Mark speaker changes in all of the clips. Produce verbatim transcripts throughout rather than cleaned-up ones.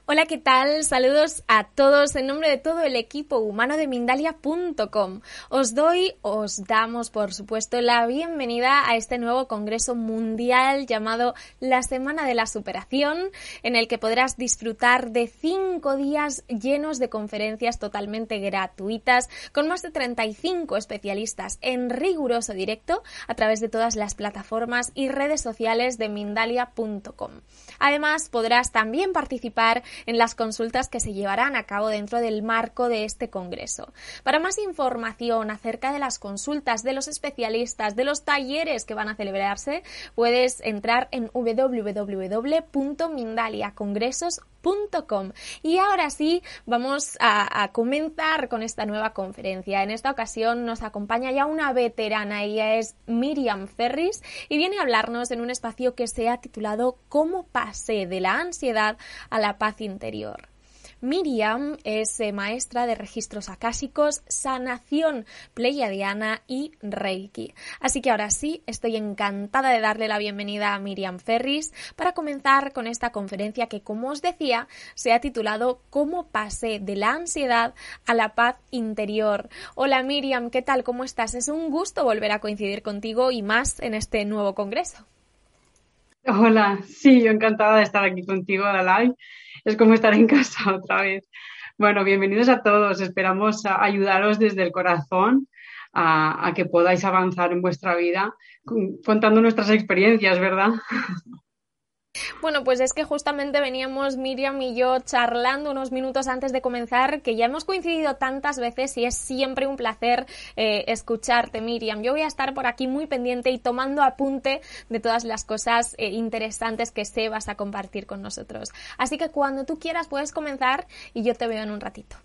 Speaker 1: Hola, ¿qué tal? Saludos a todos en nombre de todo el equipo humano de Mindalia punto com. Os doy, os damos, por supuesto, la bienvenida a este nuevo congreso mundial llamado la Semana de la Superación, en el que podrás disfrutar de cinco días llenos de conferencias totalmente gratuitas, con más de treinta y cinco especialistas en riguroso directo a través de todas las plataformas y redes sociales de Mindalia punto com. Además, podrás también participar en las consultas que se llevarán a cabo dentro del marco de este congreso. Para más información acerca de las consultas, de los especialistas, de los talleres que van a celebrarse, puedes entrar en doble u doble u doble u punto mindalia congresos punto com. Y ahora sí, vamos a, a comenzar con esta nueva conferencia. En esta ocasión nos acompaña ya una veterana, ella es Miriam Ferris y viene a hablarnos en un espacio que se ha titulado ¿Cómo pasé de la ansiedad a la paz interior? Miriam es eh, maestra de registros acásicos, sanación pleiadiana y Reiki. Así que ahora sí, estoy encantada de darle la bienvenida a Miriam Ferris para comenzar con esta conferencia que, como os decía, se ha titulado ¿Cómo pasé de la ansiedad a la paz interior? Hola Miriam, ¿qué tal? ¿Cómo estás? Es un gusto volver a coincidir contigo y más en este nuevo congreso.
Speaker 2: Hola, sí, yo encantada de estar aquí contigo, Dalai. Es como estar en casa otra vez. Bueno, bienvenidos a todos. Esperamos a ayudaros desde el corazón a, a que podáis avanzar en vuestra vida contando nuestras experiencias, ¿verdad?
Speaker 1: Bueno, pues es que justamente veníamos Miriam y yo charlando unos minutos antes de comenzar, que ya hemos coincidido tantas veces y es siempre un placer eh, escucharte, Miriam. Yo voy a estar por aquí muy pendiente y tomando apunte de todas las cosas eh, interesantes que sé vas a compartir con nosotros. Así que cuando tú quieras puedes comenzar y yo te veo en un ratito.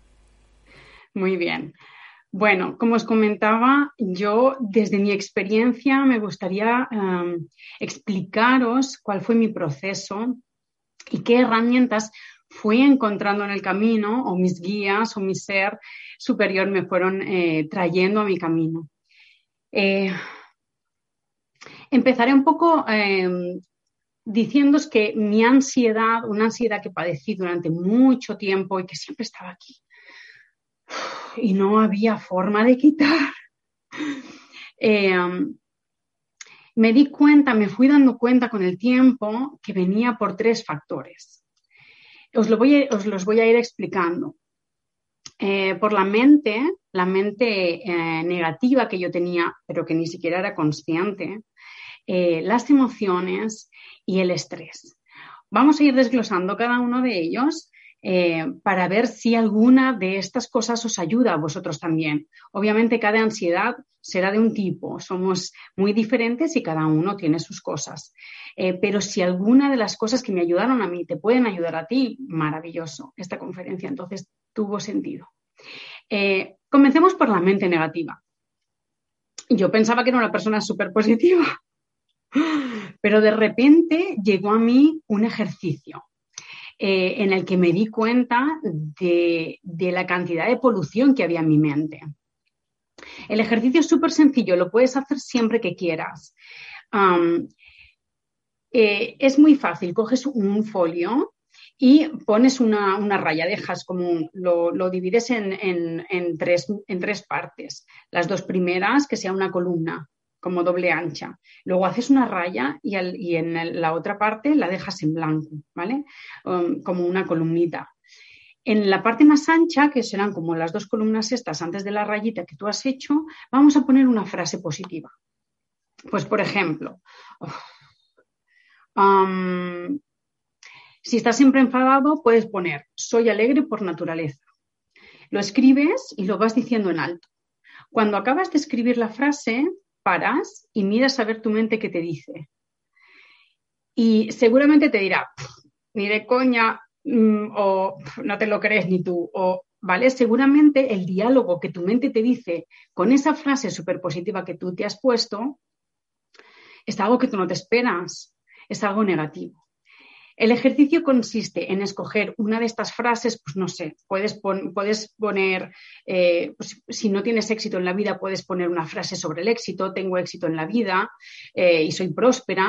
Speaker 2: Muy bien. Bueno, como os comentaba, yo desde mi experiencia me gustaría um, explicaros cuál fue mi proceso y qué herramientas fui encontrando en el camino, o mis guías o mi ser superior me fueron eh, trayendo a mi camino. Eh, empezaré un poco eh, diciéndoos que mi ansiedad, una ansiedad que padecí durante mucho tiempo y que siempre estaba aquí, y no había forma de quitar. Eh, me di cuenta, me fui dando cuenta con el tiempo que venía por tres factores. Os, lo voy a, os los voy a ir explicando. Eh, por la mente, la mente eh, negativa que yo tenía, pero que ni siquiera era consciente, eh, las emociones y el estrés. Vamos a ir desglosando cada uno de ellos Eh, para ver si alguna de estas cosas os ayuda a vosotros también. Obviamente cada ansiedad será de un tipo, somos muy diferentes y cada uno tiene sus cosas. Eh, pero si alguna de las cosas que me ayudaron a mí te pueden ayudar a ti, maravilloso. Esta conferencia entonces tuvo sentido. Eh, comencemos por la mente negativa. Yo pensaba que era una persona súper positiva, pero de repente llegó a mí un ejercicio Eh, en el que me di cuenta de, de la cantidad de polución que había en mi mente. El ejercicio es súper sencillo, lo puedes hacer siempre que quieras. Um, eh, es muy fácil, coges un folio y pones una, una raya, dejas como un, lo, lo divides en, en, en, tres, en tres partes. Las dos primeras, que sea una columna, como doble ancha. Luego haces una raya y, al, y en el, la otra parte la dejas en blanco, ¿vale? Um, como una columnita. En la parte más ancha, que serán como las dos columnas estas antes de la rayita que tú has hecho, vamos a poner una frase positiva. Pues, por ejemplo, um, si estás siempre enfadado, puedes poner soy alegre por naturaleza. Lo escribes y lo vas diciendo en alto. Cuando acabas de escribir la frase, paras y miras a ver tu mente qué te dice. Y seguramente te dirá, ni de coña, mmm, o no te lo crees ni tú, o, ¿vale? Seguramente el diálogo que tu mente te dice con esa frase súper positiva que tú te has puesto es algo que tú no te esperas, es algo negativo. El ejercicio consiste en escoger una de estas frases, pues no sé, puedes, pon, puedes poner, eh, pues, si no tienes éxito en la vida, puedes poner una frase sobre el éxito, tengo éxito en la vida eh, y soy próspera.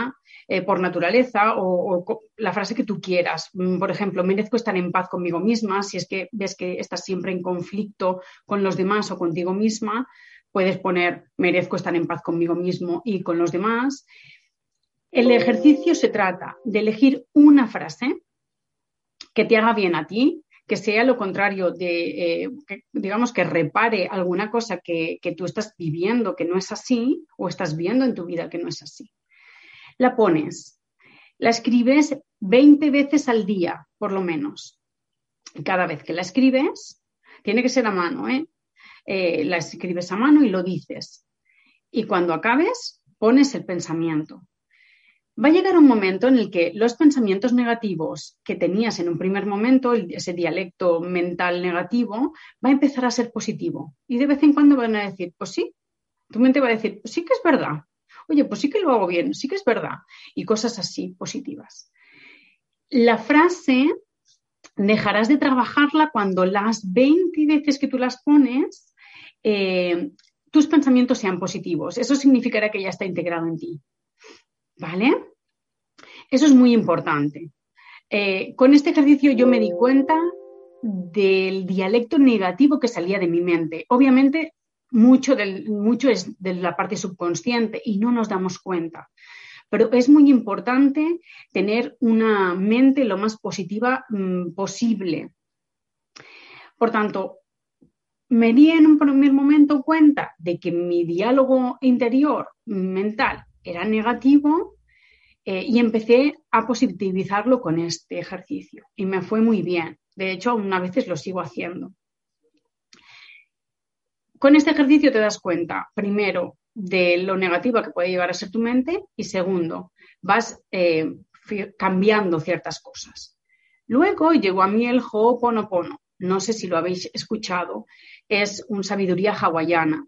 Speaker 2: eh, por naturaleza o, o la frase que tú quieras. Por ejemplo, merezco estar en paz conmigo misma. Si es que ves que estás siempre en conflicto con los demás o contigo misma, puedes poner merezco estar en paz conmigo mismo y con los demás. El ejercicio se trata de elegir una frase que te haga bien a ti, que sea lo contrario de, eh, que, digamos, que repare alguna cosa que, que tú estás viviendo que no es así o estás viendo en tu vida que no es así. La pones, la escribes veinte veces al día, por lo menos. Y cada vez que la escribes, tiene que ser a mano, ¿eh? Eh, la escribes a mano y lo dices. Y cuando acabes, pones el pensamiento. Va a llegar un momento en el que los pensamientos negativos que tenías en un primer momento, ese dialecto mental negativo, va a empezar a ser positivo. Y de vez en cuando van a decir, pues sí, tu mente va a decir, pues sí que es verdad. Oye, pues sí que lo hago bien, sí que es verdad. Y cosas así positivas. La frase dejarás de trabajarla cuando las veinte veces que tú las pones, eh, tus pensamientos sean positivos. Eso significará que ya está integrado en ti. ¿Vale? Eso es muy importante. Eh, con este ejercicio yo me di cuenta del dialecto negativo que salía de mi mente. Obviamente, mucho, del, mucho es de la parte subconsciente y no nos damos cuenta. Pero es muy importante tener una mente lo más positiva mmm, posible. Por tanto, me di en un primer momento cuenta de que mi diálogo interior mental era negativo eh, y empecé a positivizarlo con este ejercicio y me fue muy bien. De hecho, aún a veces lo sigo haciendo. Con este ejercicio te das cuenta, primero, de lo negativa que puede llegar a ser tu mente y segundo, vas eh, cambiando ciertas cosas. Luego llegó a mí el Ho'oponopono. No sé si lo habéis escuchado, es una sabiduría hawaiana.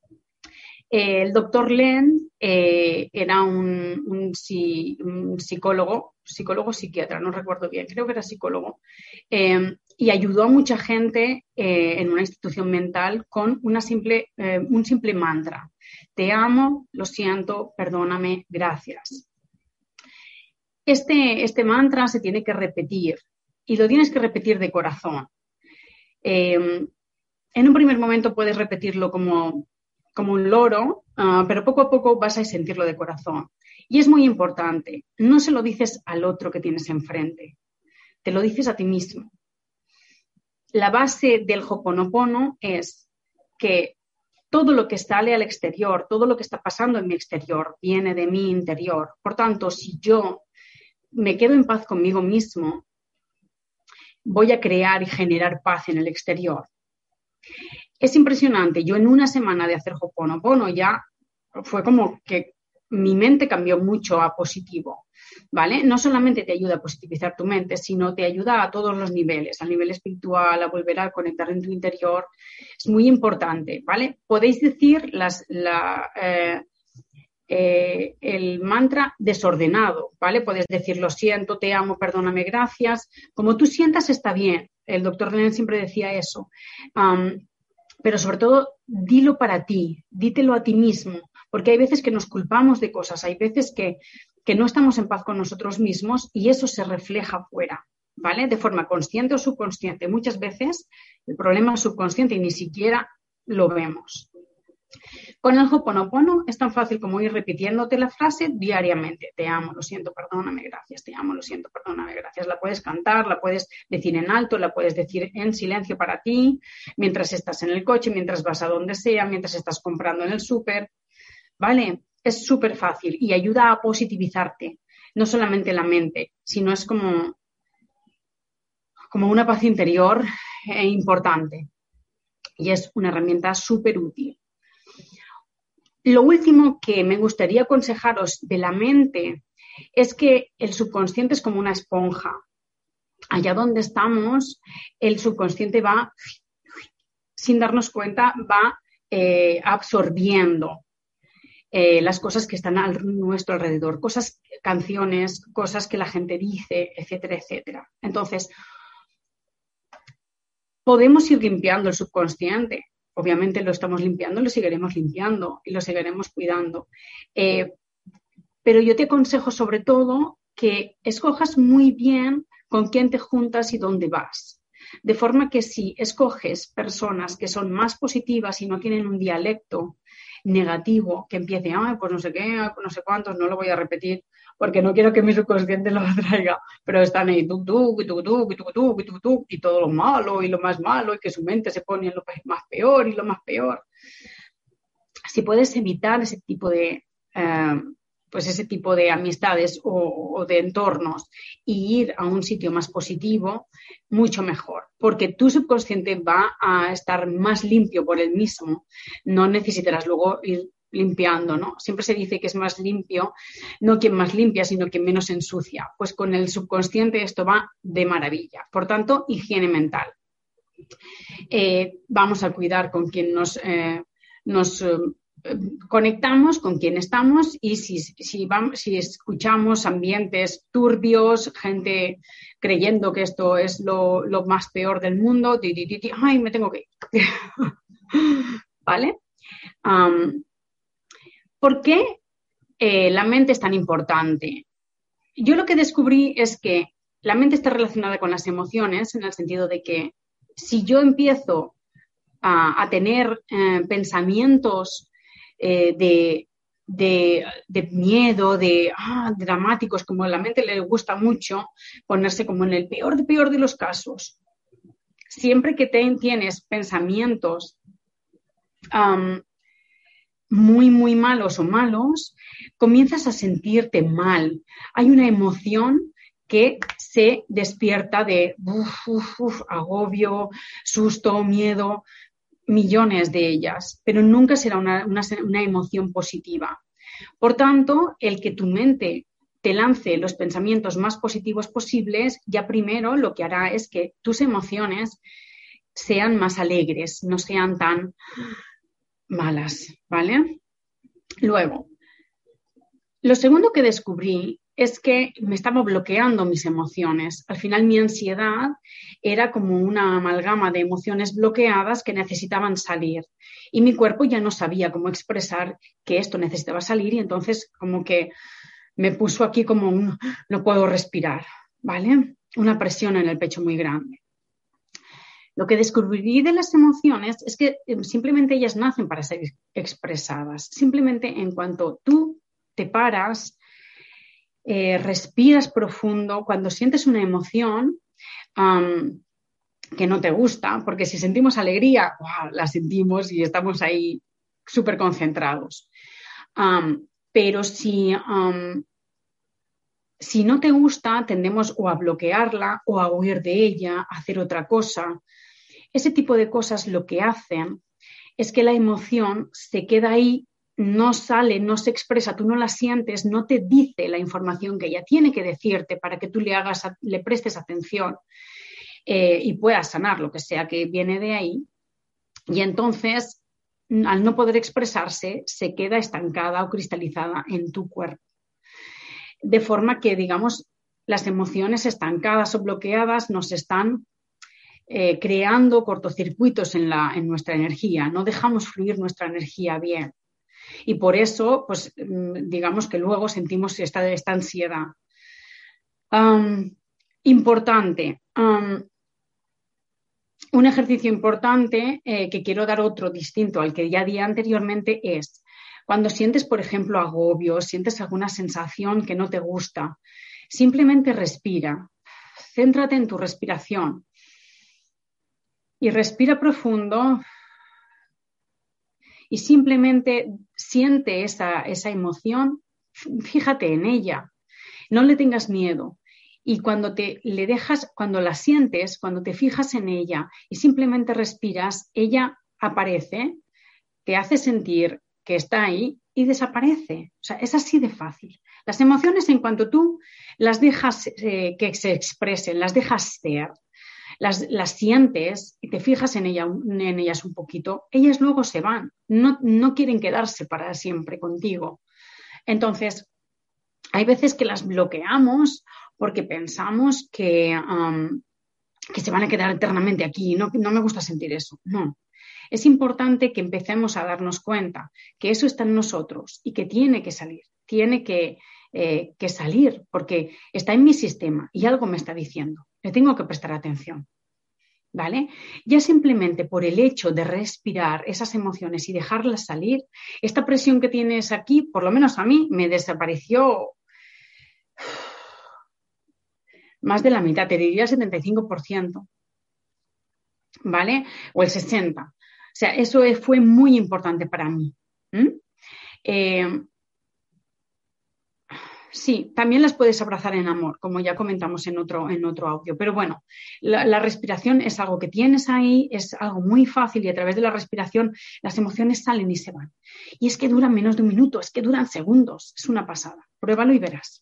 Speaker 2: Eh, el doctor Len eh, era un, un, un psicólogo, psicólogo psiquiatra, no recuerdo bien, creo que era psicólogo, eh, y ayudó a mucha gente eh, en una institución mental con una simple, eh, un simple mantra. Te amo, lo siento, perdóname, gracias. Este, este mantra se tiene que repetir y lo tienes que repetir de corazón. Eh, en un primer momento puedes repetirlo como, como un loro, uh, pero poco a poco vas a sentirlo de corazón. Y es muy importante, no se lo dices al otro que tienes enfrente, te lo dices a ti mismo. La base del Ho'oponopono es que todo lo que sale al exterior, todo lo que está pasando en mi exterior, viene de mi interior. Por tanto, si yo me quedo en paz conmigo mismo, voy a crear y generar paz en el exterior. Es impresionante. Yo en una semana de hacer Ho'oponopono ya fue como que mi mente cambió mucho a positivo, ¿vale? No solamente te ayuda a positivizar tu mente, sino te ayuda a todos los niveles, al nivel espiritual, a volver a conectar en tu interior. Es muy importante, ¿vale? Podéis decir las, la, eh, eh, el mantra desordenado, ¿vale? Puedes decir lo siento, te amo, perdóname, gracias. Como tú sientas está bien. El doctor Len siempre decía eso. Um, pero sobre todo, dilo para ti, dítelo a ti mismo, porque hay veces que nos culpamos de cosas, hay veces que, que no estamos en paz con nosotros mismos y eso se refleja afuera, ¿vale? De forma consciente o subconsciente. Muchas veces el problema es subconsciente y ni siquiera lo vemos. Con el Ho'oponopono es tan fácil como ir repitiéndote la frase diariamente. Te amo, lo siento, perdóname, gracias. Te amo, lo siento, perdóname, gracias. La puedes cantar, la puedes decir en alto, la puedes decir en silencio para ti, mientras estás en el coche, mientras vas a donde sea, mientras estás comprando en el súper. ¿Vale? Es súper fácil y ayuda a positivizarte. No solamente la mente, sino es como, como una paz interior eh, importante. Y es una herramienta súper útil. Lo último que me gustaría aconsejaros de la mente es que el subconsciente es como una esponja. Allá donde estamos, el subconsciente va, sin darnos cuenta, va eh, absorbiendo eh, las cosas que están a nuestro alrededor, cosas, canciones, cosas que la gente dice, etcétera, etcétera. Entonces, podemos ir limpiando el subconsciente. Obviamente lo estamos limpiando, lo seguiremos limpiando y lo seguiremos cuidando. Eh, pero yo te aconsejo sobre todo que escojas muy bien con quién te juntas y dónde vas. De forma que si escoges personas que son más positivas y no tienen un dialecto negativo, que empiece, ay, pues no sé qué, no sé cuántos, no lo voy a repetir, porque no quiero que mi subconsciente lo traiga, pero están ahí, tuk, tuk, tuk, tuk, tuk, tuk, tuk, tuk, y todo lo malo y lo más malo, y que su mente se pone en lo más peor y lo más peor. Si puedes evitar ese tipo de... Eh, pues ese tipo de amistades o, o de entornos y ir a un sitio más positivo, mucho mejor, porque tu subconsciente va a estar más limpio por él mismo, no necesitarás luego ir limpiando, ¿no? Siempre se dice que es más limpio, no quien más limpia, sino quien menos ensucia. Pues con el subconsciente esto va de maravilla. Por tanto, higiene mental. Eh, vamos a cuidar con quien nos... Eh, nos eh, conectamos, con quién estamos y si, si, vamos, si escuchamos ambientes turbios, gente creyendo que esto es lo, lo más peor del mundo, ti, ti, ti, ti, ay, me tengo que ir. ¿Vale? Um, ¿Por qué eh, la mente es tan importante? Yo lo que descubrí es que la mente está relacionada con las emociones en el sentido de que si yo empiezo a, a tener eh, pensamientos Eh, de, de, de miedo, de ah, dramáticos, como a la mente le gusta mucho ponerse como en el peor de peor de los casos. Siempre que te, tienes pensamientos um, muy, muy malos o malos, comienzas a sentirte mal. Hay una emoción que se despierta de uf, uf, uf, agobio, susto, miedo, millones de ellas, pero nunca será una, una, una emoción positiva. Por tanto, el que tu mente te lance los pensamientos más positivos posibles, ya primero lo que hará es que tus emociones sean más alegres, no sean tan malas, ¿vale? Luego, lo segundo que descubrí es que me estaba bloqueando mis emociones. Al final mi ansiedad era como una amalgama de emociones bloqueadas que necesitaban salir. Y mi cuerpo ya no sabía cómo expresar que esto necesitaba salir y entonces como que me puso aquí como un no puedo respirar, ¿vale? Una presión en el pecho muy grande. Lo que descubrí de las emociones es que simplemente ellas nacen para ser expresadas. Simplemente en cuanto tú te paras, Eh, respiras profundo, cuando sientes una emoción um, que no te gusta, porque si sentimos alegría, wow, la sentimos y estamos ahí súper concentrados. Um, pero si, um, si no te gusta, tendemos o a bloquearla o a huir de ella, a hacer otra cosa. Ese tipo de cosas lo que hacen es que la emoción se queda ahí, no sale, no se expresa, tú no la sientes, no te dice la información que ella tiene que decirte para que tú le hagas, le prestes atención eh, y puedas sanar lo que sea que viene de ahí. Y entonces, al no poder expresarse, se queda estancada o cristalizada en tu cuerpo. De forma que, digamos, las emociones estancadas o bloqueadas nos están eh, creando cortocircuitos en, la, en nuestra energía, no dejamos fluir nuestra energía bien. Y por eso, pues, digamos que luego sentimos esta, esta ansiedad. Um, importante. Um, un ejercicio importante eh, que quiero dar otro distinto al que ya di anteriormente es cuando sientes, por ejemplo, agobio, sientes alguna sensación que no te gusta, simplemente respira. Céntrate en tu respiración y respira profundo. Y simplemente siente esa, esa emoción, fíjate en ella, no le tengas miedo. Y cuando te le dejas, cuando la sientes, cuando te fijas en ella y simplemente respiras, ella aparece, te hace sentir que está ahí y desaparece. O sea, es así de fácil. Las emociones, en cuanto tú las dejas eh, que se expresen, las dejas ser, Las, las sientes y te fijas en, ella, en ellas un poquito, ellas luego se van, no, no quieren quedarse para siempre contigo. Entonces, hay veces que las bloqueamos porque pensamos que, um, que se van a quedar eternamente aquí. No, no me gusta sentir eso. No. es importante que empecemos a darnos cuenta que eso está en nosotros y que tiene que salir, tiene que, eh, que salir porque está en mi sistema y algo me está diciendo. Le tengo que prestar atención, ¿vale? Ya simplemente por el hecho de respirar esas emociones y dejarlas salir, esta presión que tienes aquí, por lo menos a mí, me desapareció más de la mitad, te diría el setenta y cinco por ciento, ¿vale? O el sesenta por ciento. O sea, eso fue muy importante para mí. ¿Mm? Eh, sí, también las puedes abrazar en amor, como ya comentamos en otro, en otro audio. Pero bueno, la, la respiración es algo que tienes ahí, es algo muy fácil y a través de la respiración las emociones salen y se van. Y es que duran menos de un minuto, es que duran segundos. Es una pasada. Pruébalo y verás.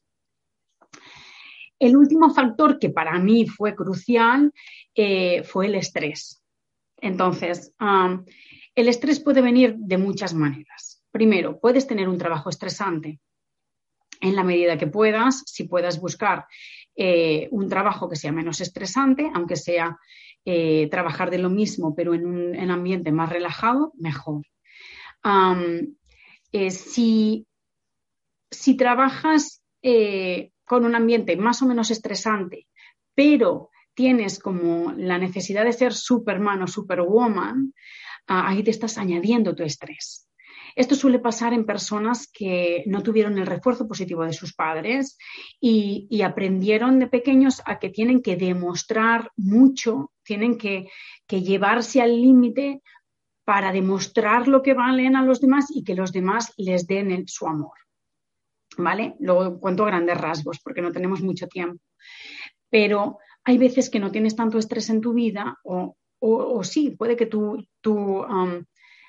Speaker 2: El último factor que para mí fue crucial eh, fue el estrés. Entonces, um, el estrés puede venir de muchas maneras. Primero, puedes tener un trabajo estresante. En la medida que puedas, si puedas buscar eh, un trabajo que sea menos estresante, aunque sea eh, trabajar de lo mismo, pero en un en ambiente más relajado, mejor. Um, eh, si, si trabajas eh, con un ambiente más o menos estresante, pero tienes como la necesidad de ser Superman o Superwoman, uh, ahí te estás añadiendo tu estrés. Esto suele pasar en personas que no tuvieron el refuerzo positivo de sus padres y, y aprendieron de pequeños a que tienen que demostrar mucho, tienen que, que llevarse al límite para demostrar lo que valen a los demás y que los demás les den el, su amor. ¿Vale? Luego cuento grandes rasgos porque no tenemos mucho tiempo. Pero hay veces que no tienes tanto estrés en tu vida o, o, o sí, puede que tu, tu, um,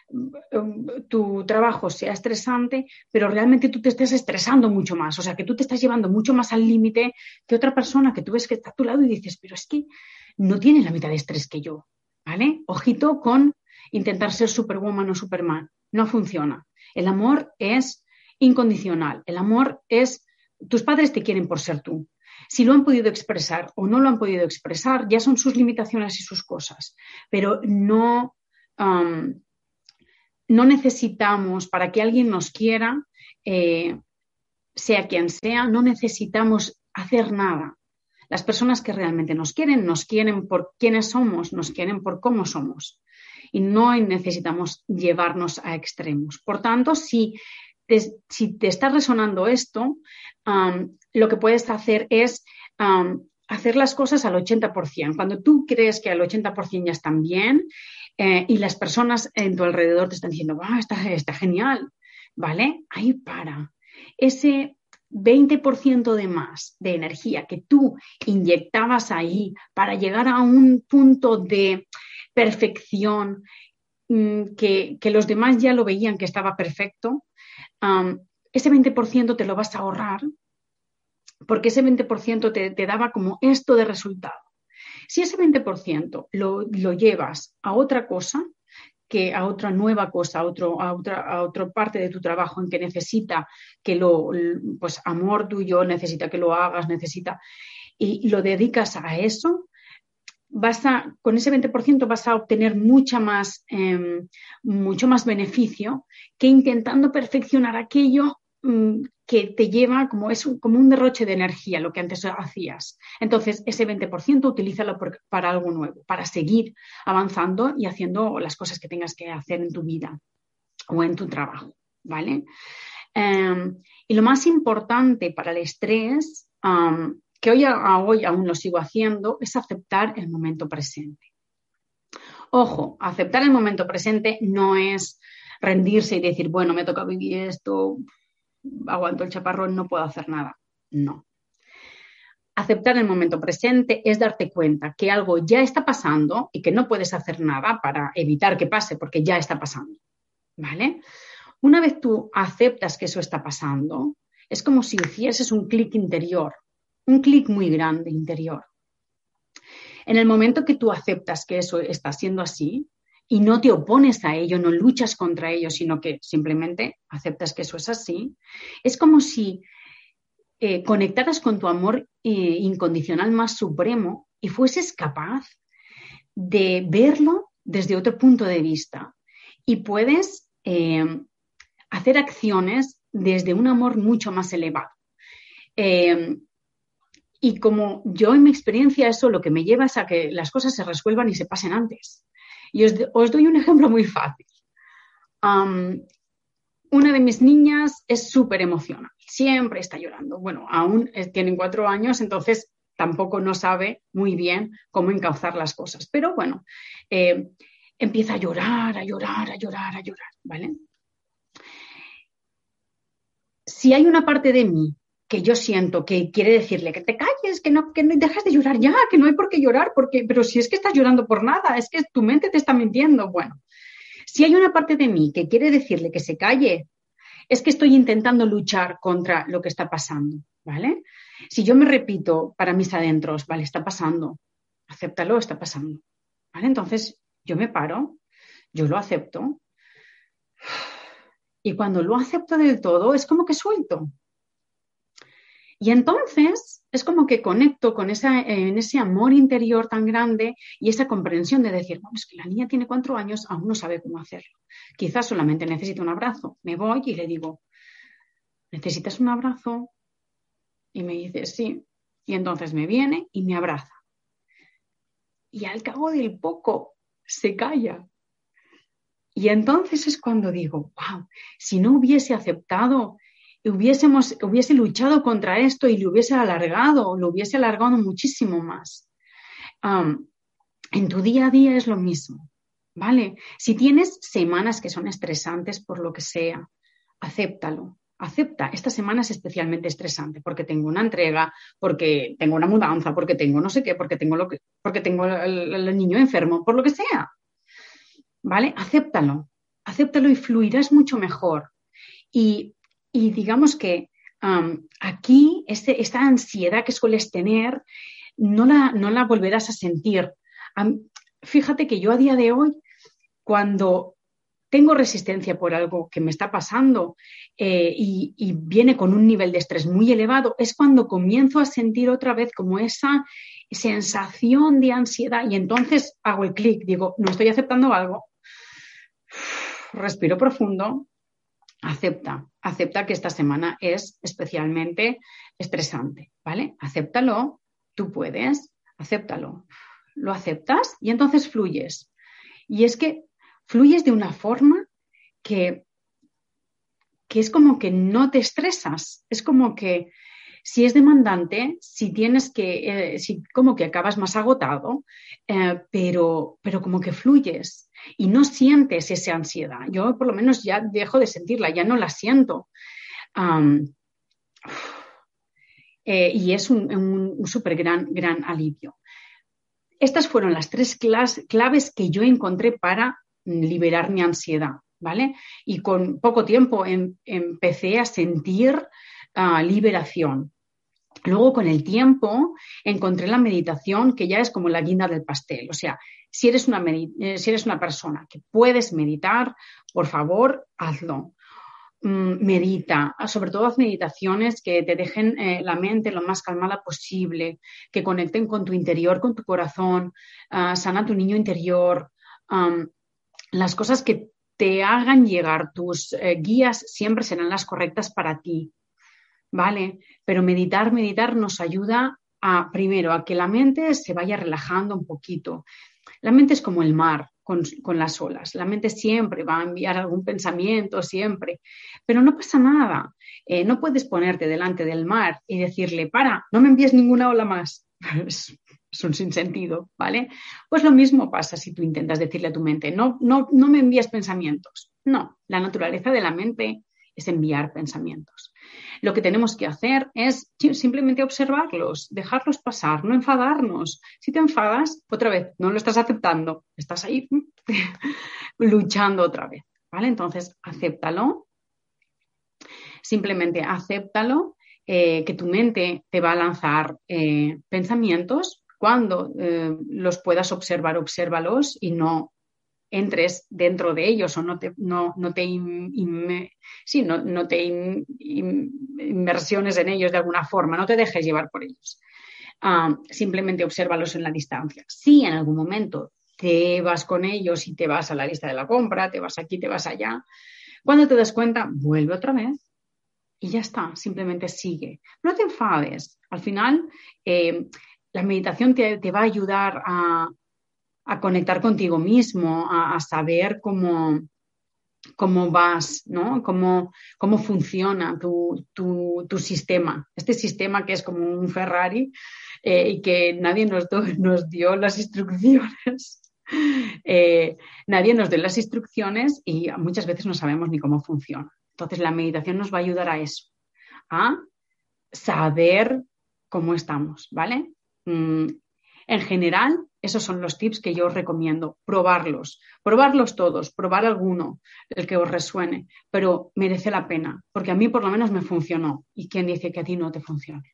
Speaker 2: tu trabajo sea estresante, pero realmente tú te estés estresando mucho más. O sea, que tú te estás llevando mucho más al límite que otra persona que tú ves que está a tu lado y dices, pero es que no tiene la mitad de estrés que yo. ¿Vale? Ojito con intentar ser Superwoman o Superman. No funciona. El amor es incondicional. El amor es, tus padres te quieren por ser tú. Si lo han podido expresar o no lo han podido expresar, ya son sus limitaciones y sus cosas. Pero no, um, no necesitamos, para que alguien nos quiera, eh, sea quien sea, no necesitamos hacer nada. Las personas que realmente nos quieren, nos quieren por quiénes somos, nos quieren por cómo somos. Y no necesitamos llevarnos a extremos. Por tanto, si te, si te está resonando esto, um, lo que puedes hacer es um, hacer las cosas al ochenta por ciento. Cuando tú crees que al ochenta por ciento ya están bien eh, y las personas en tu alrededor te están diciendo, wow, está, está genial, ¿vale? Ahí para. Ese veinte por ciento de más de energía que tú inyectabas ahí para llegar a un punto de perfección mmm, que, que los demás ya lo veían que estaba perfecto, um, ese veinte por ciento te lo vas a ahorrar porque ese veinte por ciento te, te daba como esto de resultado. Si ese veinte por ciento lo, lo llevas a otra cosa, que a otra nueva cosa, a, otro, a, otra, a otra parte de tu trabajo en que necesita que lo, pues amor tuyo, necesita que lo hagas, necesita, y, y lo dedicas a eso, vas a, con ese veinte por ciento vas a obtener mucha más, eh, mucho más beneficio que intentando perfeccionar aquello mmm, que te lleva como, es un, como un derroche de energía, lo que antes hacías. Entonces, ese veinte por ciento utilízalo por, para algo nuevo, para seguir avanzando y haciendo las cosas que tengas que hacer en tu vida o en tu trabajo, ¿vale? Um, y lo más importante para el estrés, um, que hoy, a hoy aún lo sigo haciendo, es aceptar el momento presente. Ojo, aceptar el momento presente no es rendirse y decir, bueno, me toca vivir esto, aguanto el chaparrón, no puedo hacer nada. No. Aceptar el momento presente es darte cuenta que algo ya está pasando y que no puedes hacer nada para evitar que pase porque ya está pasando, ¿vale? Una vez tú aceptas que eso está pasando, es como si hicieses un clic interior, un clic muy grande interior. En el momento que tú aceptas que eso está siendo así y no te opones a ello, no luchas contra ello, sino que simplemente aceptas que eso es así, es como si eh, conectaras con tu amor eh, incondicional más supremo y fueses capaz de verlo desde otro punto de vista y puedes eh, hacer acciones desde un amor mucho más elevado. Eh, y como yo en mi experiencia eso lo que me lleva es a que las cosas se resuelvan y se pasen antes. Y os, os doy un ejemplo muy fácil. Um, una de mis niñas es súper emocional, siempre está llorando. Bueno, aún tienen cuatro años, entonces tampoco no sabe muy bien cómo encauzar las cosas. Pero bueno, eh, empieza a llorar, a llorar, a llorar, a llorar, ¿vale? Si hay una parte de mí que yo siento que quiere decirle que te calles, que no, que no dejas de llorar ya, que no hay por qué llorar, porque, pero si es que estás llorando por nada, es que tu mente te está mintiendo. Bueno, si hay una parte de mí que quiere decirle que se calle, es que estoy intentando luchar contra lo que está pasando, ¿vale? Si yo me repito para mis adentros, vale, está pasando, acéptalo, está pasando, ¿vale? Entonces yo me paro, yo lo acepto y cuando lo acepto del todo es como que suelto. Y entonces es como que conecto con esa, en ese amor interior tan grande y esa comprensión de decir, bueno, es que la niña tiene cuatro años, aún no sabe cómo hacerlo. Quizás solamente necesita un abrazo. Me voy y le digo, ¿necesitas un abrazo? Y me dice, sí. Y entonces me viene y me abraza. Y al cabo del poco se calla. Y entonces es cuando digo, wow, si no hubiese aceptado, hubiésemos, hubiese luchado contra esto y lo hubiese alargado, lo hubiese alargado muchísimo más. Um, en tu día a día es lo mismo, ¿vale? Si tienes semanas que son estresantes por lo que sea, acéptalo. Acepta, esta semana es especialmente estresante porque tengo una entrega, porque tengo una mudanza, porque tengo no sé qué, porque tengo, lo que, porque tengo el, el niño enfermo, por lo que sea. ¿Vale? Acéptalo, acéptalo y fluirás mucho mejor. Y, y digamos que um, aquí este, esta ansiedad que sueles tener no la, no la volverás a sentir. Um, fíjate que yo a día de hoy, cuando tengo resistencia por algo que me está pasando eh, y, y viene con un nivel de estrés muy elevado, es cuando comienzo a sentir otra vez como esa sensación de ansiedad y entonces hago el clic, digo, no estoy aceptando algo. Respiro profundo, acepta, acepta que esta semana es especialmente estresante, ¿vale? Acéptalo, tú puedes, acéptalo. Lo aceptas y entonces fluyes. Y es que fluyes de una forma que, que es como que no te estresas, es como que si es demandante, si tienes que, eh, si como que acabas más agotado, eh, pero, pero como que fluyes y no sientes esa ansiedad. Yo por lo menos ya dejo de sentirla, ya no la siento. Um, eh, y es un, un, un súper gran, gran alivio. Estas fueron las tres claves que yo encontré para liberar mi ansiedad, ¿vale? Y con poco tiempo em, empecé a sentir uh, liberación. Luego, con el tiempo, encontré la meditación, que ya es como la guinda del pastel. O sea, si eres una, medit- si eres una persona que puedes meditar, por favor, hazlo. Mm, medita, sobre todo haz meditaciones que te dejen eh, la mente lo más calmada posible, que conecten con tu interior, con tu corazón, uh, sana tu niño interior. Um, las cosas que te hagan llegar tus eh, guías siempre serán las correctas para ti. ¿Vale? Pero meditar, meditar nos ayuda a, primero, a que la mente se vaya relajando un poquito. La mente es como el mar con, con las olas. La mente siempre va a enviar algún pensamiento, siempre. Pero no pasa nada. Eh, no puedes ponerte delante del mar y decirle, para, no me envíes ninguna ola más. Es, es un sinsentido, ¿vale? Pues lo mismo pasa si tú intentas decirle a tu mente, no, no, no me envíes pensamientos. No, la naturaleza de la mente es enviar pensamientos. Lo que tenemos que hacer es simplemente observarlos, dejarlos pasar, no enfadarnos. Si te enfadas, otra vez, no lo estás aceptando, estás ahí luchando otra vez, ¿vale? Entonces, acéptalo, simplemente acéptalo, eh, que tu mente te va a lanzar eh, pensamientos. Cuando eh, los puedas observar, obsérvalos y no entres dentro de ellos o no te, no, no te, in, in, sí, no, no te in, in, inmersiones en ellos de alguna forma, no te dejes llevar por ellos. Uh, simplemente obsérvalos en la distancia. Si en algún momento te vas con ellos y te vas a la lista de la compra, te vas aquí, te vas allá. Cuando te das cuenta, vuelve otra vez y ya está, simplemente sigue. No te enfades. Al final, eh, la meditación te, te va a ayudar a, a conectar contigo mismo, a, a saber cómo, cómo vas, ¿no? Cómo, cómo funciona tu, tu, tu sistema. Este sistema que es como un Ferrari eh, y que nadie nos, do, nos dio las instrucciones. Eh, nadie nos dio las instrucciones y muchas veces no sabemos ni cómo funciona. Entonces la meditación nos va a ayudar a eso, a saber cómo estamos, ¿vale? Mm, en general, esos son los tips que yo os recomiendo, probarlos, probarlos todos, probar alguno, el que os resuene, pero merece la pena, porque a mí por lo menos me funcionó. ¿Y quién dice que a ti no te funcione?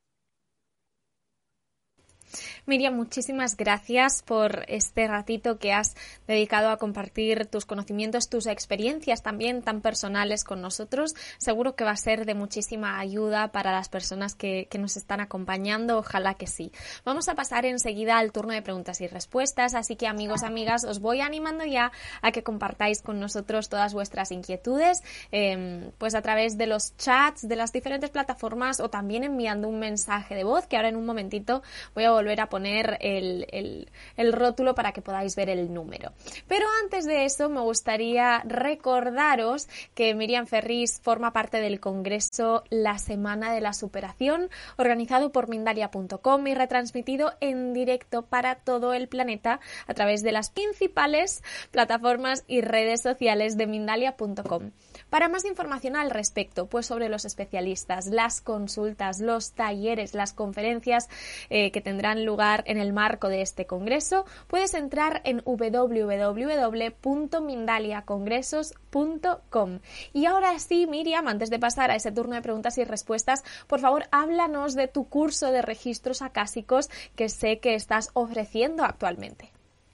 Speaker 1: Miriam, muchísimas gracias por este ratito que has dedicado a compartir tus conocimientos, tus experiencias también tan personales con nosotros. Seguro que va a ser de muchísima ayuda para las personas que, que nos están acompañando. Ojalá que sí. Vamos a pasar enseguida al turno de preguntas y respuestas, así que amigos, amigas, os voy animando ya a que compartáis con nosotros todas vuestras inquietudes, eh, pues a través de los chats de las diferentes plataformas o también enviando un mensaje de voz, que ahora en un momentito voy a volver a poner el, el, el rótulo para que podáis ver el número. Pero antes de eso me gustaría recordaros que Miriam Ferris forma parte del congreso La Semana de la Superación, organizado por Mindalia punto com y retransmitido en directo para todo el planeta a través de las principales plataformas y redes sociales de Mindalia punto com. Para más información al respecto, pues sobre los especialistas, las consultas, los talleres, las conferencias eh, que tendrán lugar en el marco de este congreso, puedes entrar en doble u doble u doble u punto mindalia congresos punto com. Y ahora sí, Miriam, antes de pasar a ese turno de preguntas y respuestas, por favor, háblanos de tu curso de registros acásicos que sé que estás ofreciendo actualmente.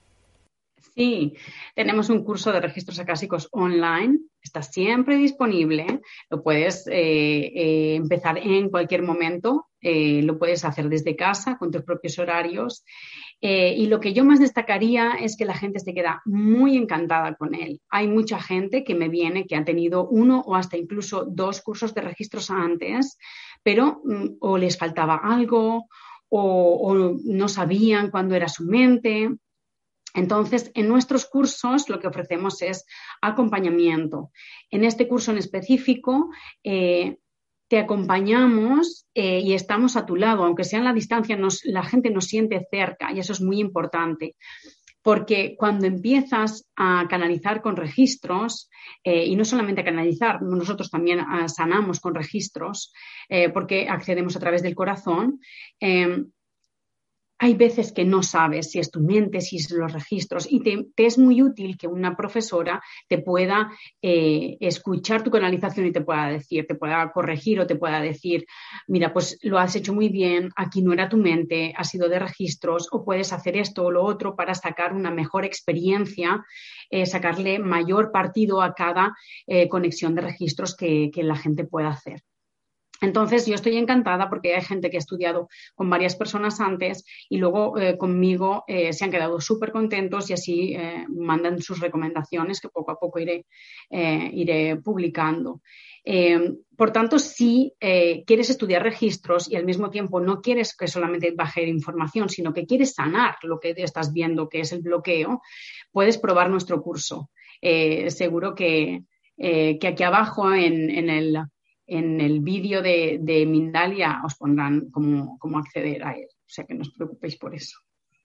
Speaker 2: Sí, tenemos un curso de registros acásicos online, está siempre disponible, lo puedes eh, eh, empezar en cualquier momento, eh, lo puedes hacer desde casa con tus propios horarios eh, y lo que yo más destacaría es que la gente se queda muy encantada con él. Hay mucha gente que me viene que ha tenido uno o hasta incluso dos cursos de registros antes, pero mm, o les faltaba algo o, o no sabían cuándo era su mente. Entonces, en nuestros cursos lo que ofrecemos es acompañamiento. En este curso en específico, eh, te acompañamos eh, y estamos a tu lado, aunque sea en la distancia, nos, la gente nos siente cerca y eso es muy importante. Porque cuando empiezas a canalizar con registros, eh, y no solamente a canalizar, nosotros también uh, sanamos con registros, eh, porque accedemos a través del corazón, eh, hay veces que no sabes si es tu mente, si es los registros y te, te es muy útil que una profesora te pueda eh, escuchar tu canalización y te pueda decir, te pueda corregir o te pueda decir, mira, pues lo has hecho muy bien, aquí no era tu mente, ha sido de registros o puedes hacer esto o lo otro para sacar una mejor experiencia, eh, sacarle mayor partido a cada eh, conexión de registros que, que la gente pueda hacer. Entonces, yo estoy encantada porque hay gente que ha estudiado con varias personas antes y luego eh, conmigo eh, se han quedado súper contentos y así eh, mandan sus recomendaciones que poco a poco iré, eh, iré publicando. Eh, por tanto, si eh, quieres estudiar registros y al mismo tiempo no quieres que solamente baje información, sino que quieres sanar lo que estás viendo, que es el bloqueo, puedes probar nuestro curso. Eh, seguro que, eh, que aquí abajo en, en el... En el vídeo de, de Mindalia os pondrán cómo, cómo acceder a él. O sea que no os preocupéis por eso.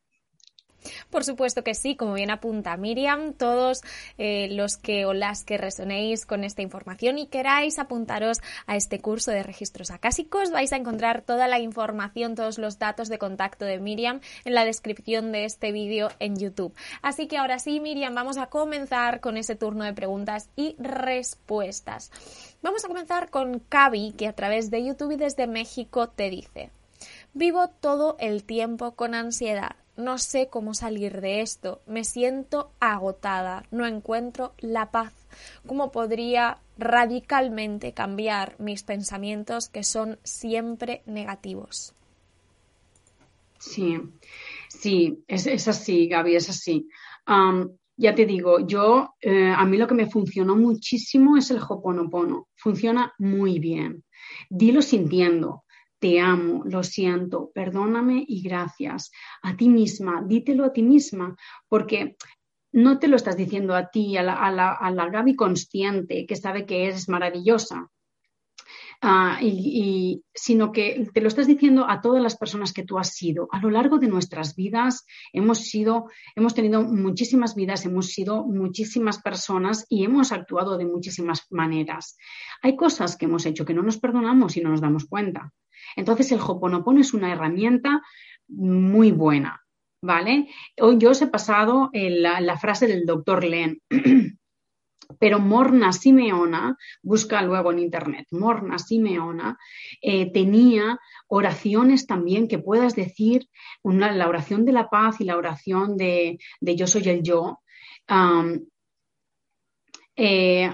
Speaker 1: Por supuesto que sí, como bien apunta Miriam, todos eh, los que o las que resonéis con esta información y queráis apuntaros a este curso de registros acásicos, vais a encontrar toda la información, todos los datos de contacto de Miriam en la descripción de este vídeo en YouTube. Así que ahora sí, Miriam, vamos a comenzar con ese turno de preguntas y respuestas. Vamos a comenzar con Cavi, que a través de YouTube y desde México te dice: vivo todo el tiempo con ansiedad. No sé cómo salir de esto. Me siento agotada. No encuentro la paz. ¿Cómo podría radicalmente cambiar mis pensamientos que son siempre negativos?
Speaker 2: Sí. Sí, es, es así, Gaby, es así. Um, ya te digo, yo, eh, a mí lo que me funcionó muchísimo es el Ho'oponopono. Funciona muy bien. Dilo sintiendo. Te amo, lo siento, perdóname y gracias. A ti misma, dítelo a ti misma, porque no te lo estás diciendo a ti, a la, a la, a la Gaby consciente que sabe que eres maravillosa. Uh, y, y, sino que te lo estás diciendo a todas las personas que tú has sido. A lo largo de nuestras vidas hemos sido, hemos tenido muchísimas vidas, hemos sido muchísimas personas y hemos actuado de muchísimas maneras. Hay cosas que hemos hecho que no nos perdonamos y no nos damos cuenta. Entonces el Ho'oponopono es una herramienta muy buena, ¿vale? Hoy yo os he pasado la, la frase del doctor Len. Pero Morna Simeona, busca luego en internet, Morna Simeona, eh, tenía oraciones también que puedas decir, una, la oración de la paz y la oración de, de yo soy el yo, um, eh,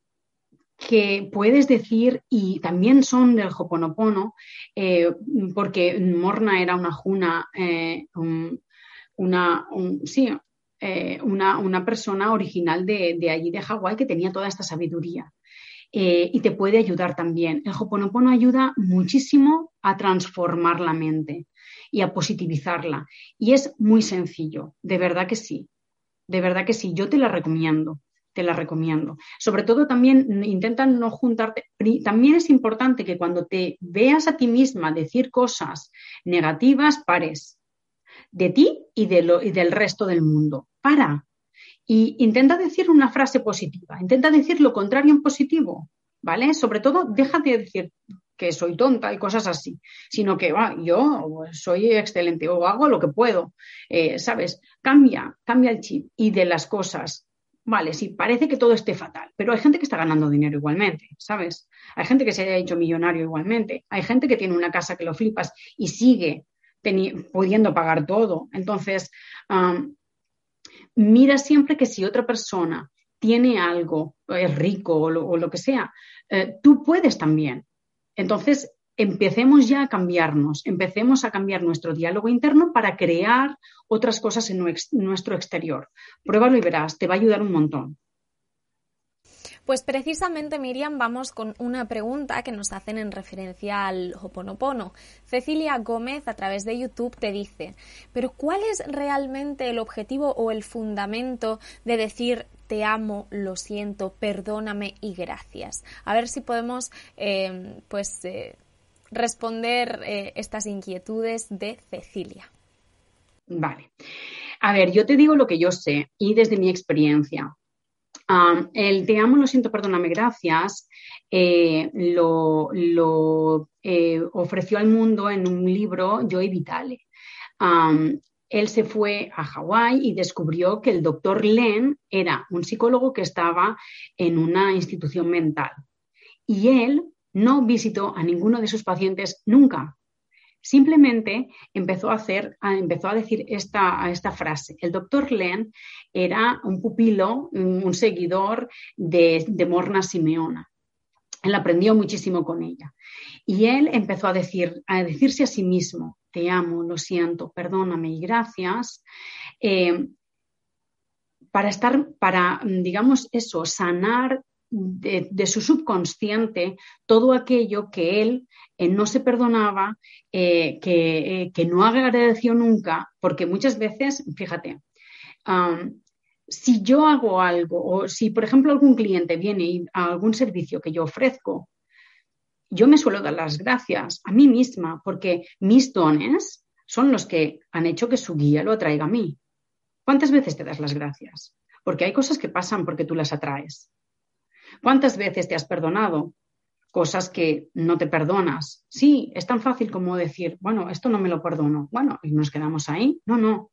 Speaker 2: que puedes decir, y también son del Ho'oponopono, eh, porque Morna era una juna, eh, un, una, un, sí, Eh, una, una persona original de, de allí de Hawái que tenía toda esta sabiduría eh, y te puede ayudar también. El Ho'oponopono ayuda muchísimo a transformar la mente y a positivizarla y es muy sencillo, de verdad que sí, de verdad que sí, yo te la recomiendo. Te la recomiendo. Sobre todo también intenta no juntarte. También es importante que cuando te veas a ti misma decir cosas negativas, pares. De ti y, de lo, y del resto del mundo. Para. Y intenta decir una frase positiva. Intenta decir lo contrario en positivo. ¿Vale? Sobre todo, deja de decir que soy tonta y cosas así, sino que ah, yo soy excelente o hago lo que puedo. Eh, ¿Sabes? Cambia, cambia el chip y de las cosas. Vale, sí, parece que todo esté fatal, pero hay gente que está ganando dinero igualmente, ¿sabes? Hay gente que se ha hecho millonario igualmente. Hay gente que tiene una casa que lo flipas y sigue Teni- pudiendo pagar todo. Entonces, um, mira siempre que si otra persona tiene algo, es rico o lo, o lo que sea, eh, tú puedes también. Entonces, empecemos ya a cambiarnos, empecemos a cambiar nuestro diálogo interno para crear otras cosas en nuestro exterior. Pruébalo y verás, te va a ayudar un montón.
Speaker 1: Pues precisamente, Miriam, vamos con una pregunta que nos hacen en referencia al Ho'oponopono. Cecilia Gómez, a través de YouTube, te dice, ¿pero cuál es realmente el objetivo o el fundamento de decir te amo, lo siento, perdóname y gracias? A ver si podemos eh, pues eh, responder eh, estas inquietudes de Cecilia.
Speaker 2: Vale. A ver, yo te digo lo que yo sé y desde mi experiencia. Um, el te amo, lo siento, perdóname, gracias, eh, lo, lo eh, ofreció al mundo en un libro Joy Vitale. Um, él se fue a Hawái y descubrió que el doctor Len era un psicólogo que estaba en una institución mental. Y él no visitó a ninguno de sus pacientes nunca. Simplemente empezó a hacer, empezó a decir esta, esta frase. El doctor Len era un pupilo, un seguidor de, de Morna Simeona. Él aprendió muchísimo con ella. Y él empezó a decir, a decirse a sí mismo, te amo, lo siento, perdóname y gracias, eh, para estar, para, digamos, eso, sanar de, de su subconsciente todo aquello que él eh, no se perdonaba, eh, que, eh, que no agradeció nunca, porque muchas veces, fíjate, um, si yo hago algo o si, por ejemplo, algún cliente viene a algún servicio que yo ofrezco, yo me suelo dar las gracias a mí misma porque mis dones son los que han hecho que su guía lo atraiga a mí. ¿Cuántas veces te das las gracias? Porque hay cosas que pasan porque tú las atraes. ¿Cuántas veces te has perdonado cosas que no te perdonas? Sí, es tan fácil como decir, bueno, esto no me lo perdono. Bueno, y nos quedamos ahí. No, no.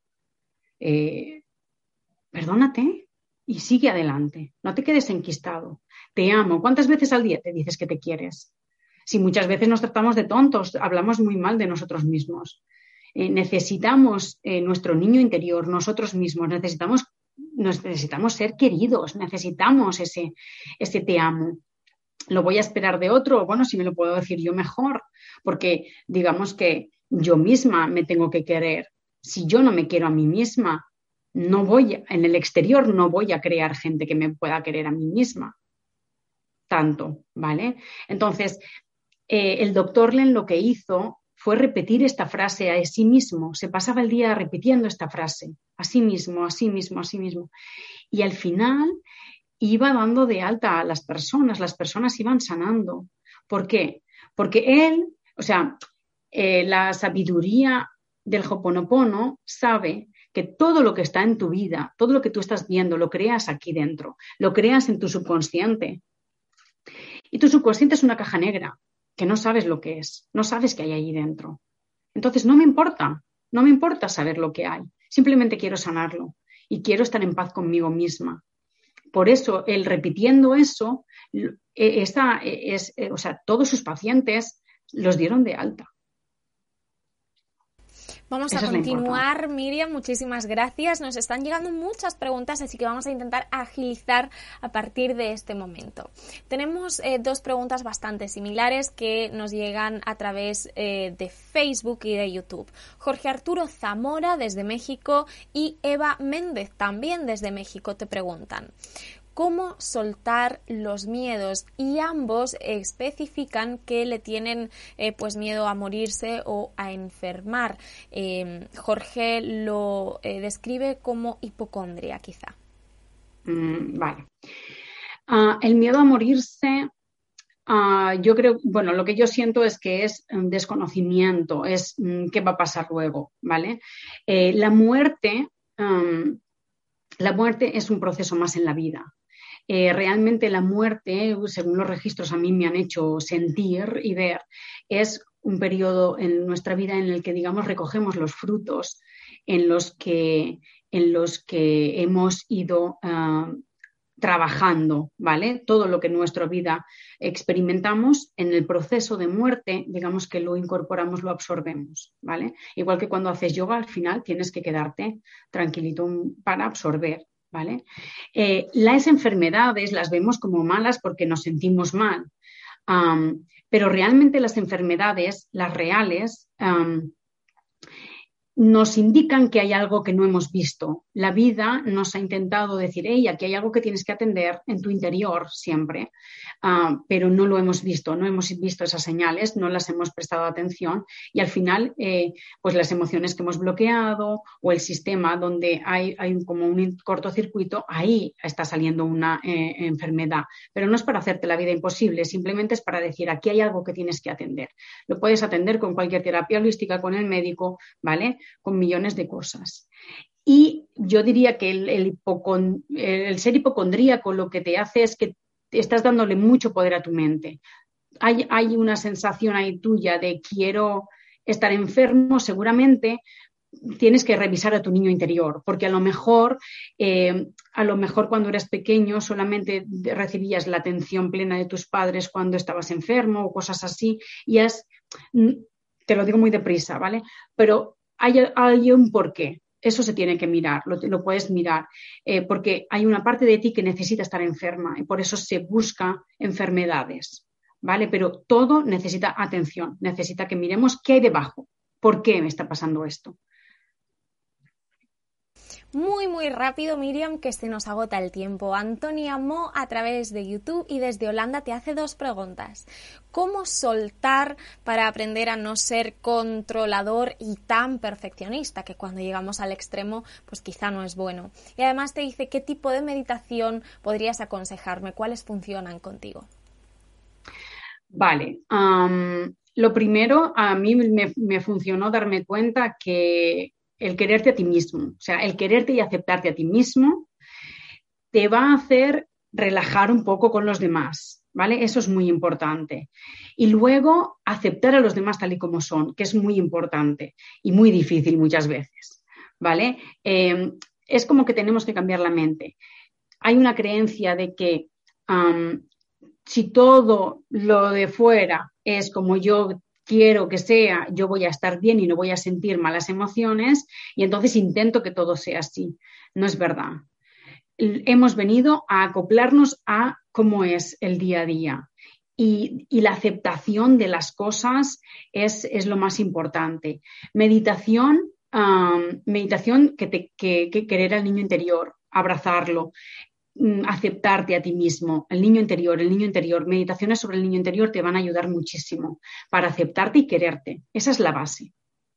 Speaker 2: Eh, perdónate y sigue adelante. No te quedes enquistado. Te amo. ¿Cuántas veces al día te dices que te quieres? Si muchas veces nos tratamos de tontos, hablamos muy mal de nosotros mismos. Eh, necesitamos eh, nuestro niño interior, nosotros mismos, necesitamos, necesitamos ser queridos, necesitamos ese, ese te amo. ¿Lo voy a esperar de otro? Bueno, si me lo puedo decir yo mejor, porque digamos que yo misma me tengo que querer. Si yo no me quiero a mí misma, no voy, en el exterior no voy a crear gente que me pueda querer a mí misma tanto, ¿vale? Entonces, eh, el doctor Len lo que hizo fue repetir esta frase a sí mismo. Se pasaba el día repitiendo esta frase, a sí mismo, a sí mismo, a sí mismo. Y al final iba dando de alta a las personas, las personas iban sanando. ¿Por qué? Porque él, o sea, eh, la sabiduría del Ho'oponopono sabe que todo lo que está en tu vida, todo lo que tú estás viendo, lo creas aquí dentro, lo creas en tu subconsciente. Y tu subconsciente es una caja negra, que no sabes lo que es, no sabes qué hay allí dentro. Entonces no me importa, no me importa saber lo que hay, simplemente quiero sanarlo y quiero estar en paz conmigo misma. Por eso, él repitiendo eso, esta, es, o sea, todos sus pacientes los dieron de alta.
Speaker 1: Vamos a continuar, Miriam, muchísimas gracias. Nos están llegando muchas preguntas, así que vamos a intentar agilizar a partir de este momento. Tenemos eh, dos preguntas bastante similares que nos llegan a través eh, de Facebook y de YouTube. Jorge Arturo Zamora desde México y Eva Méndez también desde México te preguntan: ¿cómo soltar los miedos? Y ambos especifican que le tienen eh, pues miedo a morirse o a enfermar. Eh, Jorge lo eh, describe como hipocondria, quizá.
Speaker 2: Mm, vale. Uh, el miedo a morirse, uh, yo creo, bueno, lo que yo siento es que es um, desconocimiento, es um, qué va a pasar luego, ¿vale? Eh, la muerte, um, la muerte es un proceso más en la vida. Eh, realmente la muerte, según los registros a mí me han hecho sentir y ver, es un periodo en nuestra vida en el que, digamos, recogemos los frutos en los que, en los que hemos ido uh, trabajando, ¿vale? Todo lo que en nuestra vida experimentamos en el proceso de muerte, digamos que lo incorporamos, lo absorbemos, ¿vale? Igual que cuando haces yoga, al final tienes que quedarte tranquilito para absorber, ¿vale? Eh, las enfermedades las vemos como malas porque nos sentimos mal, um, pero realmente las enfermedades, las reales, um, nos indican que hay algo que no hemos visto. La vida nos ha intentado decir, hey, aquí hay algo que tienes que atender en tu interior siempre, uh, pero no lo hemos visto, no hemos visto esas señales, no las hemos prestado atención y al final, eh, pues las emociones que hemos bloqueado o el sistema donde hay, hay como un cortocircuito, ahí está saliendo una eh, enfermedad. Pero no es para hacerte la vida imposible, simplemente es para decir, aquí hay algo que tienes que atender. Lo puedes atender con cualquier terapia holística, con el médico, ¿vale? Con millones de cosas. Y yo diría que el, el, hipocond- el ser hipocondríaco lo que te hace es que te estás dándole mucho poder a tu mente. Hay, hay una sensación ahí tuya de quiero estar enfermo, seguramente tienes que revisar a tu niño interior, porque a lo mejor, eh, a lo mejor cuando eras pequeño solamente recibías la atención plena de tus padres cuando estabas enfermo o cosas así, y has, te lo digo muy deprisa, ¿vale? Pero hay, hay un porqué. Eso se tiene que mirar, lo, lo puedes mirar, eh, porque hay una parte de ti que necesita estar enferma y por eso se busca enfermedades, ¿vale? Pero todo necesita atención, necesita que miremos qué hay debajo, por qué me está pasando esto.
Speaker 1: Muy, muy rápido, Miriam, que se nos agota el tiempo. Antonia Mo, a través de YouTube y desde Holanda, te hace dos preguntas. ¿Cómo soltar para aprender a no ser controlador y tan perfeccionista, que cuando llegamos al extremo, pues quizá no es bueno? Y además te dice qué tipo de meditación podrías aconsejarme, cuáles funcionan contigo.
Speaker 2: Vale. Um, lo primero, a mí me, me funcionó darme cuenta que el quererte a ti mismo, o sea, el quererte y aceptarte a ti mismo te va a hacer relajar un poco con los demás, ¿vale? Eso es muy importante. Y luego aceptar a los demás tal y como son, que es muy importante y muy difícil muchas veces, ¿vale? Eh, es como que tenemos que cambiar la mente. Hay una creencia de que um, si todo lo de fuera es como yo quiero que sea, yo voy a estar bien y no voy a sentir malas emociones y entonces intento que todo sea así. No es verdad. Hemos venido a acoplarnos a cómo es el día a día y, y la aceptación de las cosas es, es lo más importante. Meditación Um, meditación que, te, que, que querer al niño interior, abrazarlo, um, aceptarte a ti mismo, el niño interior, el niño interior. Meditaciones sobre el niño interior te van a ayudar muchísimo para aceptarte y quererte. Esa es la base.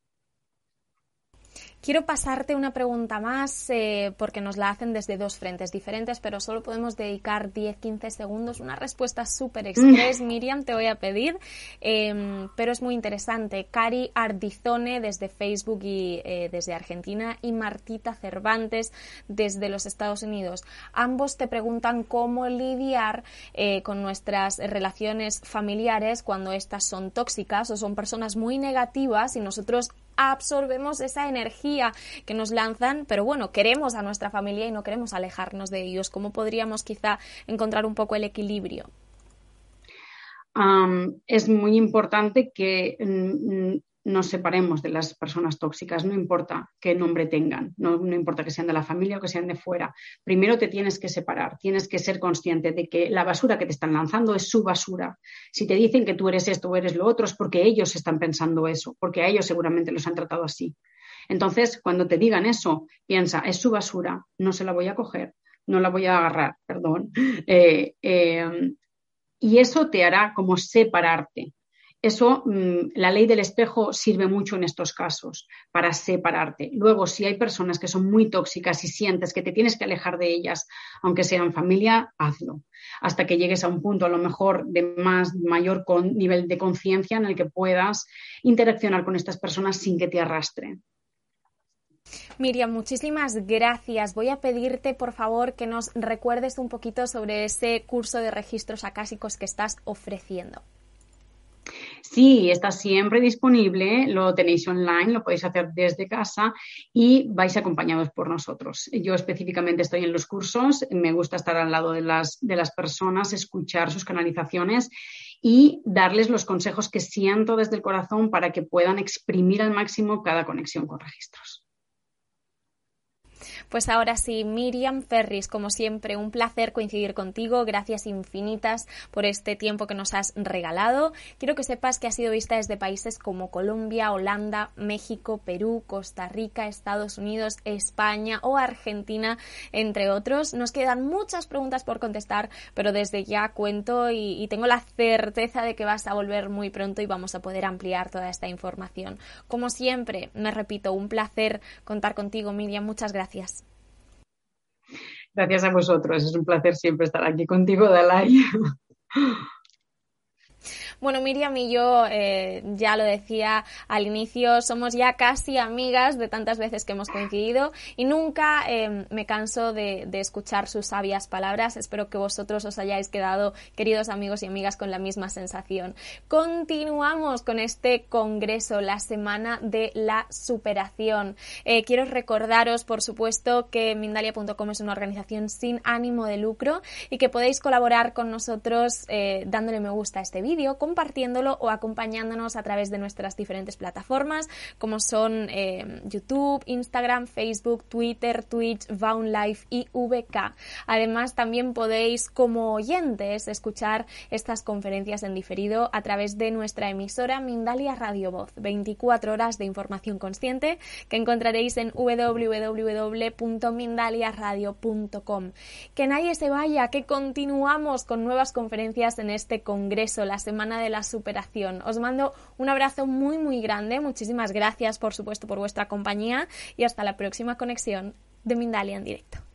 Speaker 1: Quiero pasarte una pregunta más eh, porque nos la hacen desde dos frentes diferentes, pero solo podemos dedicar diez a quince segundos. Una respuesta súper express, mm. Miriam, te voy a pedir, eh, pero es muy interesante. Cari Ardizone desde Facebook y eh, desde Argentina y Martita Cervantes desde los Estados Unidos. Ambos te preguntan cómo lidiar eh, con nuestras relaciones familiares cuando estas son tóxicas o son personas muy negativas y nosotros absorbemos esa energía que nos lanzan, pero bueno, queremos a nuestra familia y no queremos alejarnos de ellos. ¿Cómo podríamos quizá encontrar un poco el equilibrio?
Speaker 2: Um, es muy importante que mm, nos separemos de las personas tóxicas, no importa qué nombre tengan, no, no importa que sean de la familia o que sean de fuera. Primero te tienes que separar, tienes que ser consciente de que la basura que te están lanzando es su basura. Si te dicen que tú eres esto o eres lo otro, es porque ellos están pensando eso, porque a ellos seguramente los han tratado así. Entonces, cuando te digan eso, piensa, es su basura, no se la voy a coger, no la voy a agarrar, perdón. Eh, eh, y eso te hará como separarte. Eso, la ley del espejo sirve mucho en estos casos para separarte. Luego, si hay personas que son muy tóxicas y sientes que te tienes que alejar de ellas, aunque sean familia, hazlo. Hasta que llegues a un punto a lo mejor de más mayor con, nivel de conciencia en el que puedas interaccionar con estas personas sin que te arrastren.
Speaker 1: Miriam, muchísimas gracias. Voy a pedirte, por favor, que nos recuerdes un poquito sobre ese curso de registros acásicos que estás ofreciendo.
Speaker 2: Sí, está siempre disponible, lo tenéis online, lo podéis hacer desde casa y vais acompañados por nosotros. Yo específicamente estoy en los cursos, me gusta estar al lado de las, de las personas, escuchar sus canalizaciones y darles los consejos que siento desde el corazón para que puedan exprimir al máximo cada conexión con registros.
Speaker 1: Pues ahora sí, Miriam Ferris, como siempre, un placer coincidir contigo. Gracias infinitas por este tiempo que nos has regalado. Quiero que sepas que ha sido vista desde países como Colombia, Holanda, México, Perú, Costa Rica, Estados Unidos, España o Argentina, entre otros. Nos quedan muchas preguntas por contestar, pero desde ya cuento y, y tengo la certeza de que vas a volver muy pronto y vamos a poder ampliar toda esta información. Como siempre, me repito, un placer contar contigo, Miriam. Muchas gracias.
Speaker 2: Gracias a vosotros, es un placer siempre estar aquí contigo, Dalai.
Speaker 1: Bueno, Miriam y yo, eh, ya lo decía al inicio, somos ya casi amigas de tantas veces que hemos coincidido y nunca eh, me canso de, de escuchar sus sabias palabras. Espero que vosotros os hayáis quedado, queridos amigos y amigas, con la misma sensación. Continuamos con este congreso, la Semana de la Superación. Eh, quiero recordaros, por supuesto, que Mindalia punto com es una organización sin ánimo de lucro y que podéis colaborar con nosotros eh, dándole me gusta a este vídeo, compartiéndolo o acompañándonos a través de nuestras diferentes plataformas como son eh, YouTube, Instagram, Facebook, Twitter, Twitch, Vaun Live y V K. Además, también podéis, como oyentes, escuchar estas conferencias en diferido a través de nuestra emisora Mindalia Radio Voz, veinticuatro horas de información consciente que encontraréis en doble u doble u doble u punto mindalia radio punto com. Que nadie se vaya, que continuamos con nuevas conferencias en este congreso, la Semana de la Superación. Os mando un abrazo muy muy grande, muchísimas gracias por supuesto por vuestra compañía y hasta la próxima conexión de Mindalia en directo.